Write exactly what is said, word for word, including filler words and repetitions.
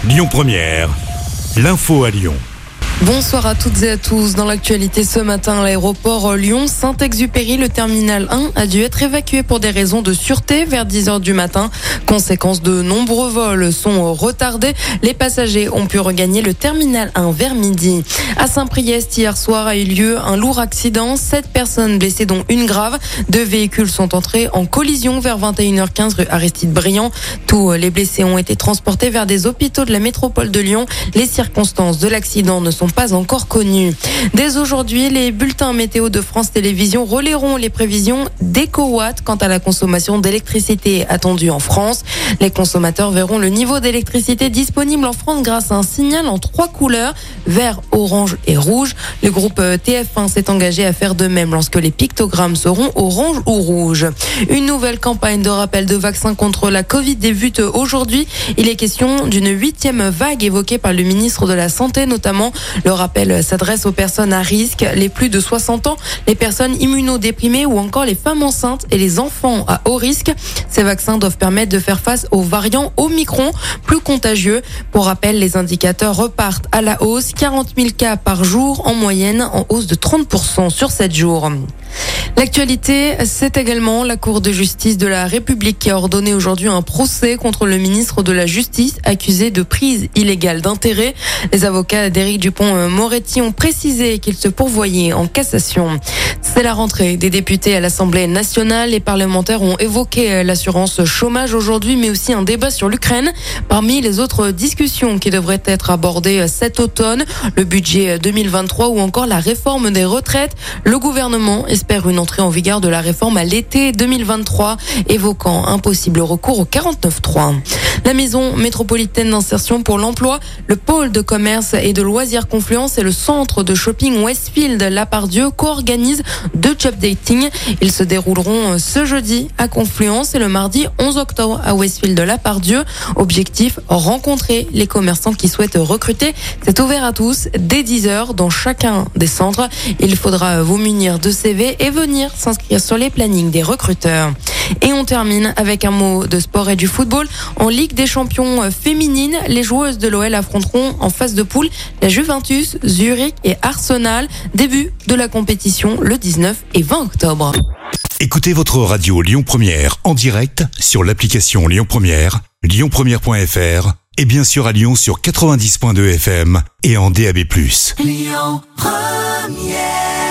Lyon Première, l'info à Lyon. Bonsoir à toutes et à tous. Dans l'actualité ce matin, l'aéroport Lyon-Saint-Exupéry, le terminal un a dû être évacué pour des raisons de sûreté vers dix heures du matin. Conséquence, de nombreux vols sont retardés. Les passagers ont pu regagner le terminal un vers midi. À Saint-Priest, hier soir a eu lieu un lourd accident. Sept personnes blessées, dont une grave. Deux véhicules sont entrés en collision vers vingt et une heures quinze rue Aristide Briand. Tous les blessés ont été transportés vers des hôpitaux de la métropole de Lyon. Les circonstances de l'accident ne sont pas encore connues. Dès aujourd'hui, les bulletins météo de France Télévisions relayeront les prévisions d'EcoWatt quant à la consommation d'électricité attendue en France. Les consommateurs verront le niveau d'électricité disponible en France grâce à un signal en trois couleurs, vert, orange et rouge. Le groupe T F un s'est engagé à faire de même lorsque les pictogrammes seront orange ou rouge. Une nouvelle campagne de rappel de vaccins contre la Covid débute aujourd'hui. Il est question d'une huitième vague évoquée par le ministre de la Santé notamment. Le rappel s'adresse aux personnes à risque, les plus de soixante ans, les personnes immunodéprimées ou encore les femmes enceintes et les enfants à haut risque. Ces vaccins doivent permettre de faire face aux variants Omicron, plus contagieux. Pour rappel, les indicateurs repartent à la hausse. quarante mille cas par jour en moyenne, en hausse de trente pour cent sur sept jours. L'actualité, c'est également la Cour de justice de la République qui a ordonné aujourd'hui un procès contre le ministre de la Justice accusé de prise illégale d'intérêt. Les avocats d'Éric Dupond-Moretti ont précisé qu'ils se pourvoyaient en cassation. C'est la rentrée des députés à l'Assemblée nationale. Les parlementaires ont évoqué l'assurance chômage aujourd'hui, mais aussi un débat sur l'Ukraine. Parmi les autres discussions qui devraient être abordées cet automne, le budget deux mille vingt-trois ou encore la réforme des retraites. Le gouvernement espère une entrée en vigueur de la réforme à l'été deux mille vingt-trois, évoquant un possible recours au quarante-neuf trois. La maison métropolitaine d'insertion pour l'emploi, le pôle de commerce et de loisirs Confluence et le centre de shopping Westfield Lapardieu co-organisent deux job dating. Ils se dérouleront ce jeudi à Confluence et le mardi onze octobre à Westfield Lapardieu. Objectif, rencontrer les commerçants qui souhaitent recruter. C'est ouvert à tous dès dix heures dans chacun des centres. Il faudra vous munir de C V et venir s'inscrire sur les plannings des recruteurs. Et on termine avec un mot de sport et du football. En Ligue des champions féminines, les joueuses de l'O L affronteront en phase de poule la Juventus, Zurich et Arsenal. Début de la compétition le dix-neuf et vingt octobre. Écoutez votre radio Lyon Première en direct sur l'application Lyon Première, lyon première point f r et bien sûr à Lyon sur quatre-vingt-dix point deux F M et en D A B plus. Lyon Première.